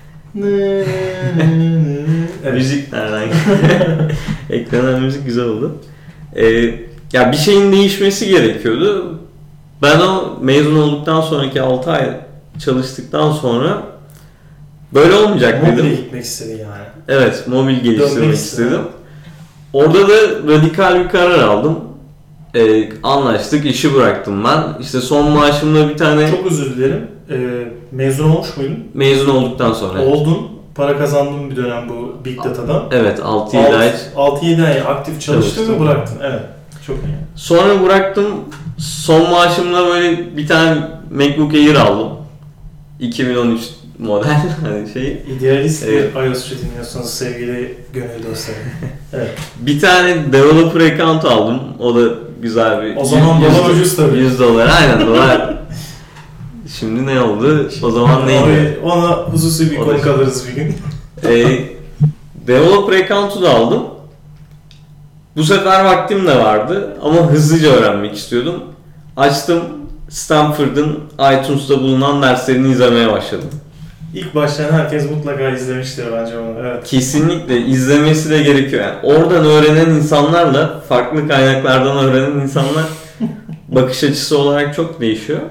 Evet. Müzik nereden geldi? Ekrana müzik güzel oldu. Ya bir şeyin değişmesi gerekiyordu. Ben o mezun olduktan sonraki 6 ay çalıştıktan sonra böyle olmayacak dedim. Mobile gitmek istedin yani. Evet, mobil geliştirmek Dönmek istedim. Orada da radikal bir karar aldım. Anlaştık, işi bıraktım ben. İşte son maaşımla bir tane Çok özür dilerim. Mezun olmuş muydun? mezun olduktan sonra. Oldun. Para kazandın bir dönem bu Big Data'dan. Evet, 6-7 ay. 6-7 ay aktif çalıştın Çalıştım. ve bıraktın. Evet. Çok iyi. Sonra bıraktım. Son maaşımla böyle bir tane MacBook Air aldım. 2013 model hani şey. İdealist Evet. bir iOS'cu dinliyorsunuz sevgili gönül dostları. Evet. Bir tane developer account aldım. O da güzel bir. O zaman dolar ucuz tabii. 100 dolar. Aynen dolar. Şimdi ne oldu? O zaman neydi? Ona hususi bir O da konu şey. kalırız bir gün. Developer account'u da aldım. Bu sefer vaktim de vardı ama hızlıca öğrenmek istiyordum. Açtım Stanford'ın iTunes'ta bulunan derslerini izlemeye başladım. İlk başlayan herkes mutlaka izlemiştir bence onu. Evet. Kesinlikle izlemesi de gerekiyor. Yani oradan öğrenen insanlarla farklı kaynaklardan öğrenen insanlar bakış açısı olarak çok değişiyor.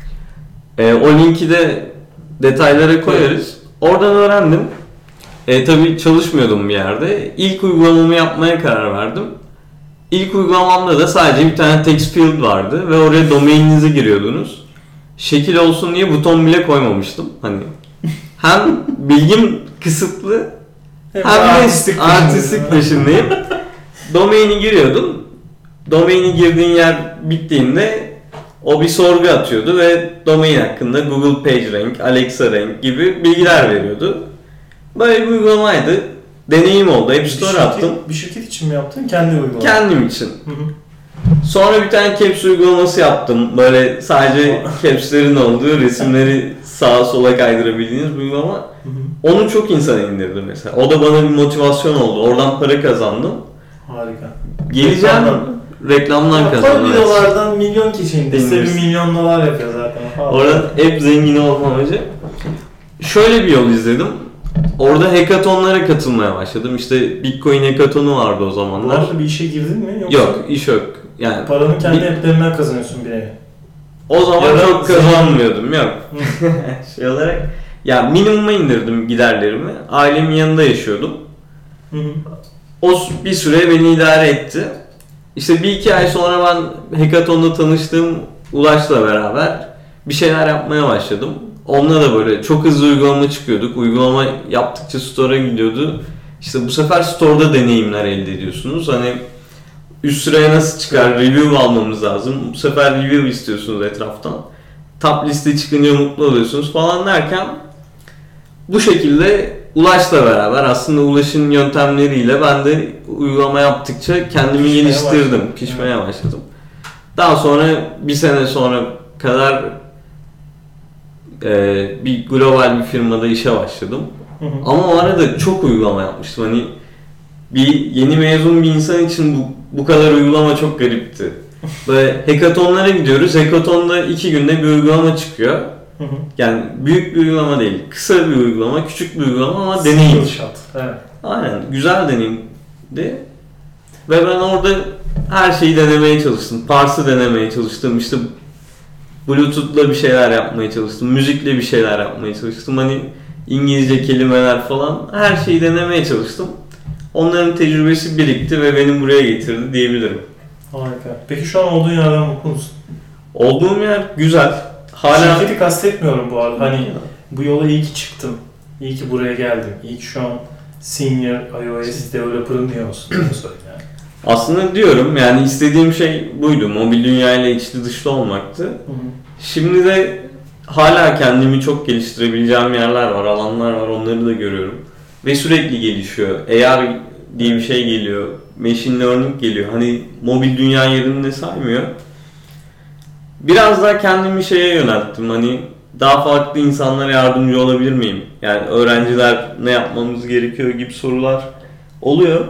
O linki de detaylara koyarız. Oradan öğrendim. Tabii çalışmıyordum bir yerde. İlk uygulamamı yapmaya karar verdim. İlk uygulamamda da sadece bir tane text field vardı ve oraya domaininizi giriyordunuz. Şekil olsun diye buton bile koymamıştım. Hani hem bilgim kısıtlı hem de artistik peşindeyim. Domaini giriyordum. Domaini girdiğin yer bittiğinde o bir sorgu atıyordu ve domain hakkında Google PageRank, Alexa Rank gibi bilgiler veriyordu. Böyle bir uygulamaydı. Deneyim oldu. App Store attım. Bir şirket için mi yaptın? Kendi uygulaman. Kendim için. Hı hı. Sonra bir tane Caps uygulaması yaptım. Böyle sadece Caps'lerin olduğu resimleri sağa sola kaydırabildiğiniz bir uygulama. Hı hı. Onu çok insan indirdi mesela. O da bana bir motivasyon oldu. Oradan para kazandım. Harika. Geleceğim reklamdan Koy kazandım. videolardan milyon kişi indirse İndirsin. $1 milyon yapıyor zaten. Oradan hep zengin olma amacı. Şöyle bir yol izledim. Orada hackathonlara katılmaya başladım. İşte Bitcoin hackathonu vardı o Bu zamanlar. arada bir işe girdin mi? Yoksa Yok, iş yok. Yani paranı kendi app'lerinden kazanıyorsun bir nevi. o zaman Ya da çok kazanmıyordum. Yok. Şey olarak ya minimuma indirdim giderlerimi. Ailemin yanında yaşıyordum. Hı hı. O bir süre beni idare etti. İşte 1-2 ay sonra ben hackathon'da tanıştığım Ulaş'la beraber bir şeyler yapmaya başladım. Onunla da böyle çok hızlı uygulama çıkıyorduk. Uygulama yaptıkça store'a gidiyordu. İşte bu sefer store'da deneyimler elde ediyorsunuz. Hani üst sıraya nasıl çıkar, review almamız lazım. Bu sefer review istiyorsunuz etraftan. Top liste çıkınca mutlu oluyorsunuz falan derken bu şekilde Ulaş'la beraber aslında Ulaş'ın yöntemleriyle ben de uygulama yaptıkça kendimi Pişmeye geliştirdim, başladım. pişmeye başladım. Daha sonra bir sene sonra kadar bir global bir firmada işe başladım. Hı hı. Ama o arada çok uygulama yapmıştım. Hani bir yeni mezun bir insan için bu kadar uygulama çok garipti. Böyle hackathonlara gidiyoruz. Hackathonda 2 günde bir uygulama çıkıyor. Hı hı. Yani büyük bir uygulama değil. Kısa bir uygulama, küçük bir uygulama ama deneyim. Single shot. Evet. Aynen. Güzel deneyimdi. Ve ben orada her şeyi denemeye çalıştım. Pars'ı denemeye çalıştım. İşte Bluetooth'la bir şeyler yapmaya çalıştım. Müzikle bir şeyler yapmaya çalıştım. Hani İngilizce kelimeler falan. Her şeyi denemeye çalıştım. Onların tecrübesi birikti ve beni buraya getirdi diyebilirim. Harika. Peki şu an olduğun yerden mutlu musun? Olduğum yer güzel. Hala Şirketi kastetmiyorum bu arada. Hani bu yola iyi ki çıktım. İyi ki buraya geldim. İyi ki şu an senior iOS developer'ım diyor musun? Bunu söyle yani. aslında diyorum yani istediğim şey buydu. Mobil dünyayla içli dışlı olmaktı. Hı hı. Şimdi de hala kendimi çok geliştirebileceğim yerler var, alanlar var. Onları da görüyorum. Ve sürekli gelişiyor. Eğer diye bir şey geliyor. Machine learning geliyor. Hani mobil dünya yerinde saymıyor. Biraz daha kendimi şeye yönelttim. Hani daha farklı insanlara yardımcı olabilir miyim? Yani öğrenciler ne yapmamız gerekiyor gibi sorular oluyor.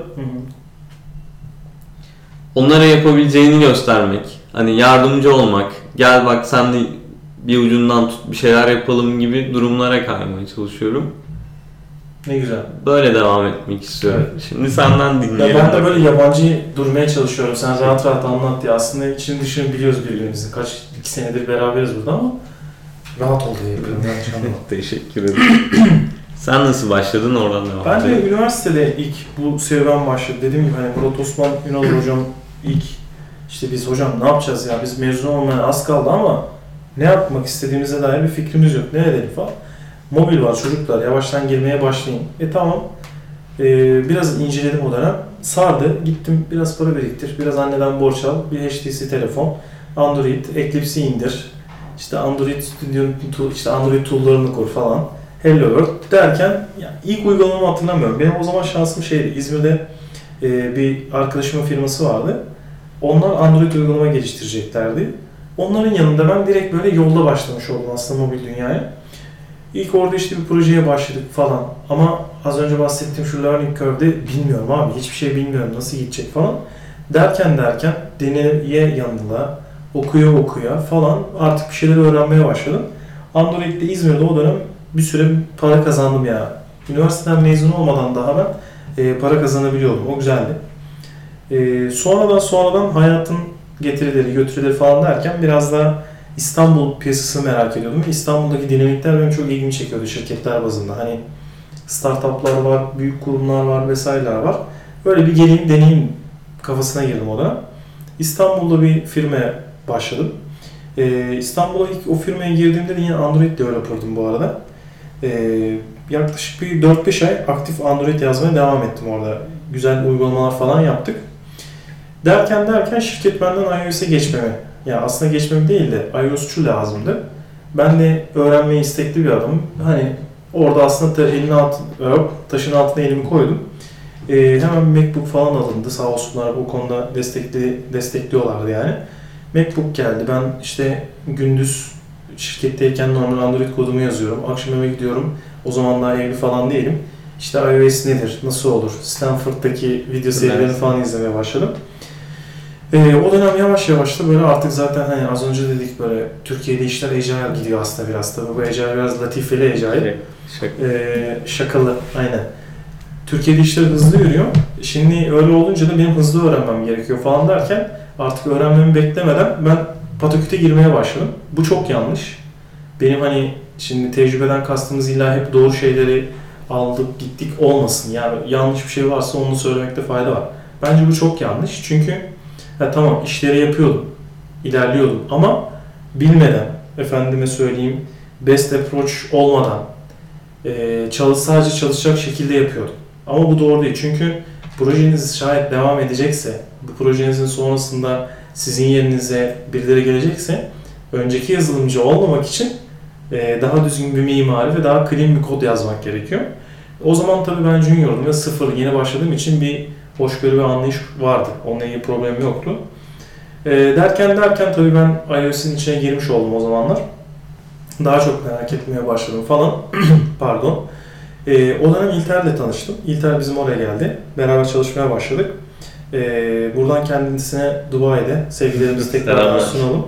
Onlara yapabileceğini göstermek. Hani yardımcı olmak. Gel bak sen de bir ucundan tut bir şeyler yapalım gibi durumlara kaymaya çalışıyorum. Ne güzel. Böyle devam etmek istiyorum. Evet. Şimdi senden dinleyelim. Ya ben de böyle yabancı durmaya çalışıyorum. Sen rahat rahat anlat diye. Aslında için dışını biliyoruz birbirimizi. 2 senedir beraberiz burada ama rahat ol diye yapıyorum. Teşekkür ederim. Sen nasıl başladın oradan devam Ben de üniversitede ilk bu serüven başladı. Dediğim gibi hani Murat Osman Ünal hocam ilk işte biz hocam ne yapacağız ya biz mezun olmaya az kaldı ama ne yapmak istediğimize dair bir fikrimiz yok. Ne edelim falan. Mobil var çocuklar yavaştan girmeye başlayın. Tamam. Biraz inceledim o dönem. Sardı. Gittim biraz para biriktir. Biraz anneden borç al. Bir HTC telefon. Android. Eclipse'i indir. İşte Android Studio'nun işte Android tool'larını kur falan. Hello World derken yani ilk uygulamamı hatırlamıyorum. Benim o zaman şansım şeydi. İzmir'de bir arkadaşımın firması vardı. Onlar Android uygulama geliştireceklerdi. Onların yanında ben direkt böyle yolda başlamış oldum aslında mobil dünyaya. İlk orada işte bir projeye başladık falan. Ama az önce bahsettiğim şu learning curve'de bilmiyorum abi. Hiçbir şey bilmiyorum nasıl gidecek falan. Derken deneye yanıla, okuya falan artık bir şeyler öğrenmeye başladım. Android'de İzmir'de o dönem bir süre para kazandım ya. Üniversiteden mezun olmadan daha ben para kazanabiliyordum. O güzeldi. Sonradan hayatın getirileri, götürüleri falan derken biraz da İstanbul piyasasını merak ediyordum. İstanbul'daki dinamikler benim çok ilgimi çekiyordu şirketler bazında. Hani startuplar var, büyük kurumlar var vesaireler var. Böyle bir geleyim deneyim kafasına girdim o dönem. İstanbul'da bir firmaya başladım. İstanbul'a ilk o firmaya girdiğimde de yine Android developer'dım bu arada. Yaklaşık bir 4-5 ay aktif Android yazmaya devam ettim orada. Güzel uygulamalar falan yaptık. Derken şirket benden iOS'e geçmemi, yani aslında geçmem değil de iOS'çu lazımdı. Ben de öğrenmeye istekli bir adamım. Hani orada aslında taşın altına elimi koydum. Hemen MacBook falan alındı. Sağ olsunlar bu konuda destekliyorlardı yani. MacBook geldi. Ben işte gündüz şirketteyken normal Android kodumu yazıyorum. Akşam eve gidiyorum. O zaman daha evli falan değilim. İşte iOS nedir? Nasıl olur? Stanford'daki video serilerini falan izlemeye başladım. O dönem yavaş da böyle artık zaten hani az önce dedik böyle Türkiye'de işler agile gidiyor aslında biraz tabii. Bu agile biraz latifeli agile. Şakalı aynen. Türkiye'de işler hızlı yürüyor. Şimdi öyle olunca da benim hızlı öğrenmem gerekiyor falan derken artık öğrenmemi beklemeden ben pataküte girmeye başladım. Bu çok yanlış. Benim hani şimdi tecrübeden kastımız illa hep doğru şeyleri aldık gittik olmasın. Yani yanlış bir şey varsa onu söylemekte fayda var. Bence bu çok yanlış. Çünkü tamam işleri yapıyordum, ilerliyordum ama bilmeden, efendime söyleyeyim, best approach olmadan sadece çalışacak şekilde yapıyordum. Ama bu doğru değil çünkü projeniz şayet devam edecekse, bu projenizin sonrasında sizin yerinize birileri gelecekse önceki yazılımcı olmamak için daha düzgün bir mimari ve daha clean bir kod yazmak gerekiyor. O zaman tabii ben junior'dum ve sıfır yeni başladığım için bir hoşgörü ve anlayış vardı. Onunla ilgili problem yoktu. Derken tabii ben iOS'in içine girmiş oldum o zamanlar. Daha çok merak etmeye başladım falan. Pardon. O dönem İlter'le tanıştım. İlter bizim oraya geldi. Beraber çalışmaya başladık. Buradan kendisine Dubai'de sevgilerimizi tekrar sunalım.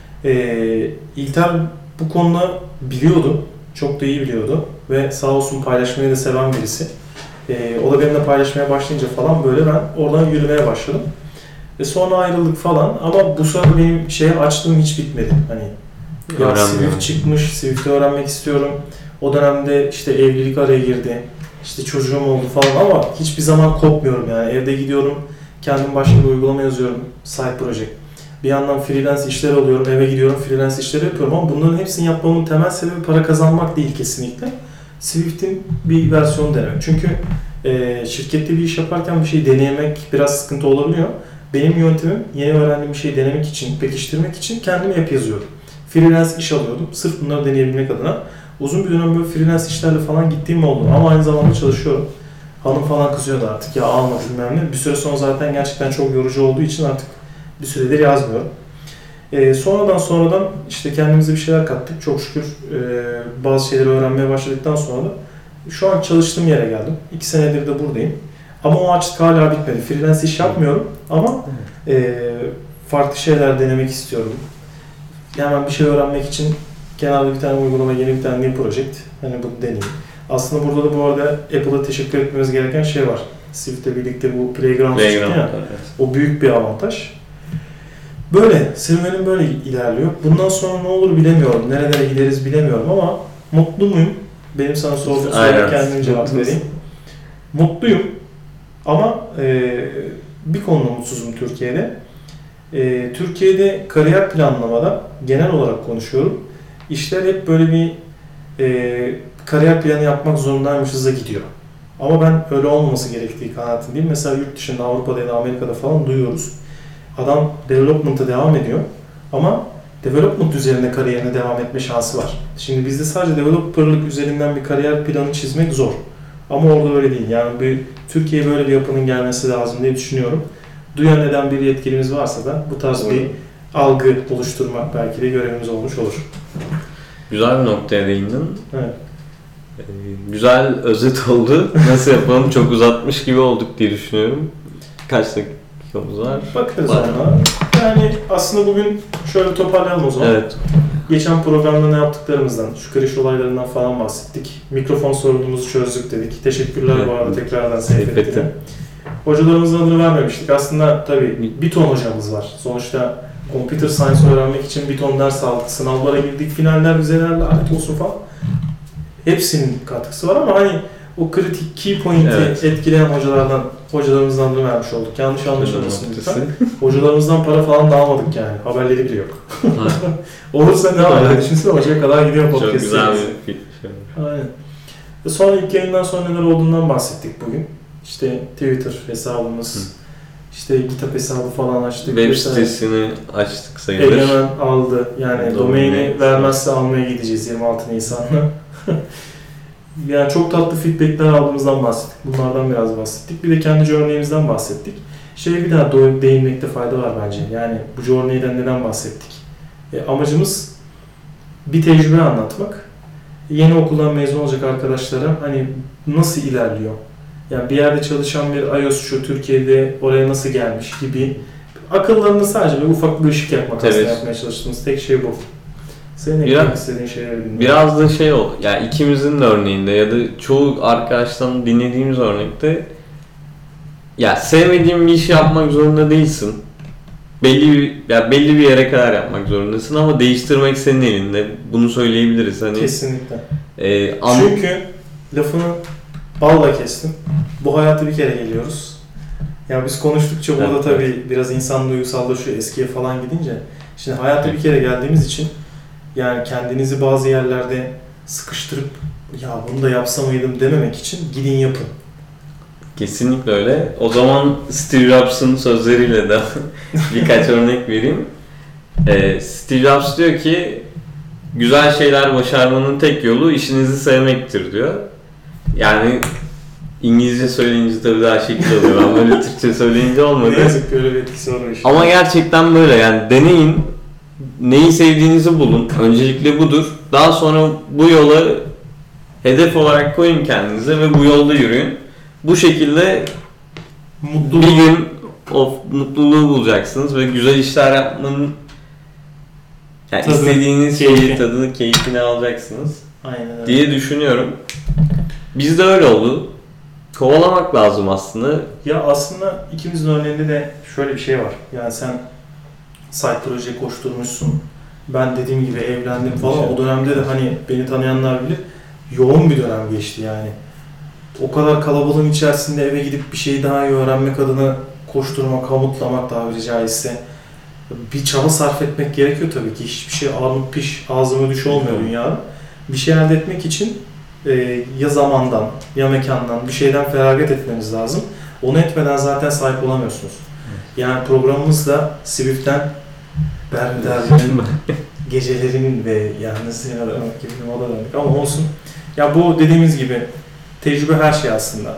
İlter bu konuda biliyordu. Çok da iyi biliyordu. Ve sağ olsun paylaşmayı da seven birisi. O da benimle paylaşmaya başlayınca falan böyle ben oradan yürümeye başladım. Sonra ayrıldık falan ama bu sırada benim açtığım hiç bitmedi. Hani ya Swift çıkmış, Swift'i öğrenmek istiyorum. O dönemde işte evlilik araya girdi. İşte çocuğum oldu falan ama hiçbir zaman kopmuyorum yani. Evde gidiyorum, kendim başka bir uygulama yazıyorum, side project. Bir yandan freelance işler alıyorum, eve gidiyorum, freelance işleri yapıyorum ama bunların hepsini yapmamın temel sebebi para kazanmak değil kesinlikle. Swift'in bir versiyonu denemek. Çünkü şirkette bir iş yaparken bir şey denemek biraz sıkıntı olabiliyor. Benim yöntemim yeni öğrendiğim bir şeyi denemek için, pekiştirmek için kendim hep yazıyordum. Freelance iş alıyordum sırf bunları deneyebilmek adına. Uzun bir dönem böyle freelance işlerle falan gittiğim oldu ama aynı zamanda çalışıyorum. Hanım falan kızıyordu artık ya alma bilmem ne. Bir süre sonra zaten gerçekten çok yorucu olduğu için artık bir süredir yazmıyorum. Sonradan işte kendimize bir şeyler kattık. Çok şükür bazı şeyleri öğrenmeye başladıktan sonra da şu an çalıştığım yere geldim. 2 senedir de buradayım. Ama o açlık hala bitmedi. Freelance iş yapmıyorum ama farklı şeyler denemek istiyorum. Hemen bir şey öğrenmek için genelde bir tane uygulama, yeni bir tane new project. Hani bunu deneyeyim. Aslında burada da bu arada Apple'a teşekkür etmemiz gereken şey var. Swift'le birlikte bu Playground çıktı ya. Evet. O büyük bir avantaj. Böyle, serüvenim böyle ilerliyor. Bundan sonra ne olur bilemiyorum. Nerelere gideriz bilemiyorum ama mutlu muyum? Benim sana sorduğum soruya kendim cevap vereyim. Mutluyum ama bir konuda mutsuzum Türkiye'de. Türkiye'de kariyer planlamada genel olarak konuşuyorum. İşler hep böyle bir kariyer planı yapmak zorundaymışız'a gidiyor. Ama ben öyle olmaması gerektiği kanaatindeyim. Mesela yurt dışında, Avrupa'da ya da Amerika'da falan duyuyoruz. Adam development'a devam ediyor ama development üzerine kariyerine devam etme şansı var. Şimdi bizde sadece developerlık üzerinden bir kariyer planı çizmek zor. Ama orada öyle değil. Yani Türkiye'ye böyle bir yapının gelmesi lazım diye düşünüyorum. Duyan neden bir yetkilimiz varsa da bu tarz bir algı oluşturmak belki de görevimiz olmuş olur. Güzel bir noktaya değindin. Evet. Güzel özet oldu. Nasıl yapalım? Çok uzatmış gibi olduk diye düşünüyorum. Kaç dakikamız var? Bakarız ona. Yani aslında bugün şöyle toparlayalım o zaman. Evet. Geçen programda ne yaptıklarımızdan, şu kriz olaylarından falan bahsettik. Mikrofon sorunumuzu çözdük dedik. Teşekkürler bu arada tekrardan Seyfettin'e. Hocalarımızın adını vermemiştik. Aslında tabii bir ton hocamız var. Sonuçta computer science öğrenmek için bir ton ders aldık. Sınavlara girdik, finaller, vizeler, lanet olsun falan. Hepsinin katkısı var ama hani o kritik key point'i etkileyen hocalarımızdan adını vermiş olduk. Yanlış anlaşılmasın lütfen. Hocalarımızdan para falan da almadık yani. Haberleri bile yok. Olursa ne var? Düşünsene hocaya kadar gidiyor podcast. Çok güzel bir şey. Aynen. Sonra ilk yayından sonra neler olduğundan bahsettik bugün. İşte Twitter hesabımız, işte GitHub hesabı falan açtık. Web sitesini açtık sayılır. Egemen aldı. Yani domaini vermezse almaya gideceğiz 26 Nisan'da. Yani çok tatlı feedbackler aldığımızdan bahsettik. Bunlardan biraz bahsettik. Bir de kendi journey'imizden bahsettik. Bir daha değinmekte fayda var bence. Yani bu journey'den neden bahsettik? Amacımız bir tecrübe anlatmak. Yeni okuldan mezun olacak arkadaşlara hani nasıl ilerliyor? Yani bir yerde çalışan bir iOS'cu Türkiye'de oraya nasıl gelmiş gibi akıllarında sadece bir ufak bir ışık yakmak aslında yapmaya çalıştığımız tek şey bu. Senin eklemek istediğin şeyleri bilmiyorum. Biraz da yani ikimizin de örneğinde ya da çoğu arkadaştan dinlediğimiz örnekte ya sevmediğin bir işi yapmak zorunda değilsin. Belli bir yere kadar yapmak zorundasın ama değiştirmek senin elinde. Bunu söyleyebiliriz hani. Kesinlikle. Çünkü lafını balla kestim. Bu hayata bir kere geliyoruz. Ya biz konuştukça burada tabii biraz insan duygusallaşıyor eskiye falan gidince. Şimdi hayata bir kere geldiğimiz için yani kendinizi bazı yerlerde sıkıştırıp ya bunu da yapsa mıydım dememek için gidin yapın. Kesinlikle öyle. O zaman Steve Jobs'ın sözleriyle de birkaç örnek vereyim. Steve Jobs diyor ki güzel şeyler başarmanın tek yolu işinizi sevmektir diyor. Yani İngilizce söyleyince tabii daha şekil oluyor. Ben böyle Türkçe söyleyince olmadı. Ne yazık ki öyle bir etkisi var o işin. Ama gerçekten böyle yani deneyin. Neyi sevdiğinizi bulun. Öncelikle budur. Daha sonra bu yola hedef olarak koyun kendinize ve bu yolda yürüyün. Bu şekilde bir gün o mutluluğu bulacaksınız ve güzel işler yapmanın yani istediğiniz şeyi, tadını, keyfini alacaksınız. Aynen diye düşünüyorum. Bizde öyle oldu. Kovalamak lazım aslında. Ya aslında ikimizin örneğinde de şöyle bir şey var. Yani sen side proje koşturmuşsun. Ben dediğim gibi evlendim falan. O dönemde de hani beni tanıyanlar bilir. Yoğun bir dönem geçti yani. O kadar kalabalığın içerisinde eve gidip bir şeyi daha iyi öğrenmek adına koşturmak, hamutlamak tabiri caizse bir çaba sarf etmek gerekiyor tabii ki. Hiçbir şey armut piş, ağzıma düş olmuyor dünyada. Bir şey elde etmek için ya zamandan ya mekandan bir şeyden feragat etmeniz lazım. Onu etmeden zaten sahip olamıyorsunuz. Yani programımızda Swift'ten Bermuda'nın gecelerinin ve yalnız aramak gibi bir moda döndük ama olsun. Ya bu dediğimiz gibi tecrübe her şey aslında.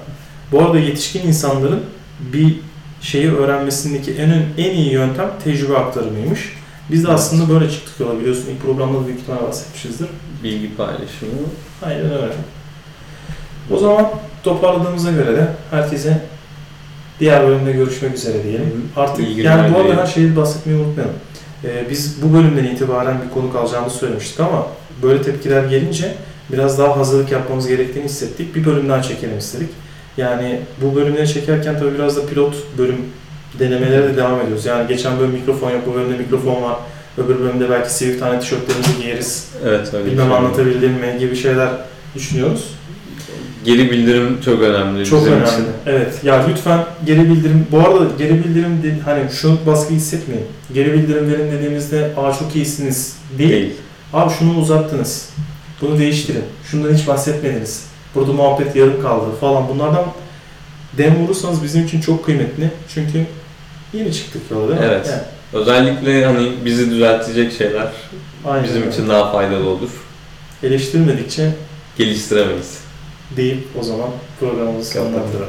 Bu arada yetişkin insanların bir şeyi öğrenmesindeki en iyi yöntem tecrübe aktarımıymış. Biz de aslında böyle çıktık yola, biliyorsun. İlk programda da büyük ihtimalle bahsetmişizdir. Bilgi paylaşımı. Aynen öyle. O zaman toparladığımıza göre de herkese diğer bölümde görüşmek üzere diyelim. Artık İyi günler yani bu arada diyelim. her şeyi bahsetmeyi unutmayalım. Biz bu bölümden itibaren bir konuk alacağımızı söylemiştik ama böyle tepkiler gelince biraz daha hazırlık yapmamız gerektiğini hissettik. Bir bölüm daha çekelim istedik. Yani bu bölümleri çekerken tabii biraz da pilot bölüm denemelere de devam ediyoruz. Yani geçen bölüm mikrofon yok, bu bölümde mikrofon var. Öbür bölümde belki sivil tane tişörtlerimizi giyeriz. Evet, öyle. Bilmem anlatabildim mi gibi şeyler düşünüyoruz. Geri bildirim çok önemli Çok bizim önemli. için. Evet. Ya lütfen geri bildirim. Bu arada geri bildirim hani şu baskı hissetmeyin. Geri bildirim verin dediğimizde çok iyisiniz değil. Abi şunu uzattınız. Bunu değiştirin. Şundan hiç bahsetmediniz. Burada muhabbet yarım kaldı falan. Bunlardan dem vurursanız bizim için çok kıymetli. Çünkü yeni çıktık yola değil mi? Evet. Yani. Özellikle hani bizi düzeltecek şeyler Aynen bizim öyle. için daha faydalı olur. Eleştirmedikçe Geliştiremeyiz. deyip o zaman programımızı sonlandıralım.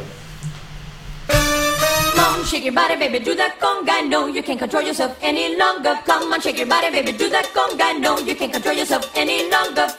Come on, shake your body, baby, do that conga. No, you can't control yourself any longer. Come on, shake your body, baby, do that conga. No, you can't control yourself any longer.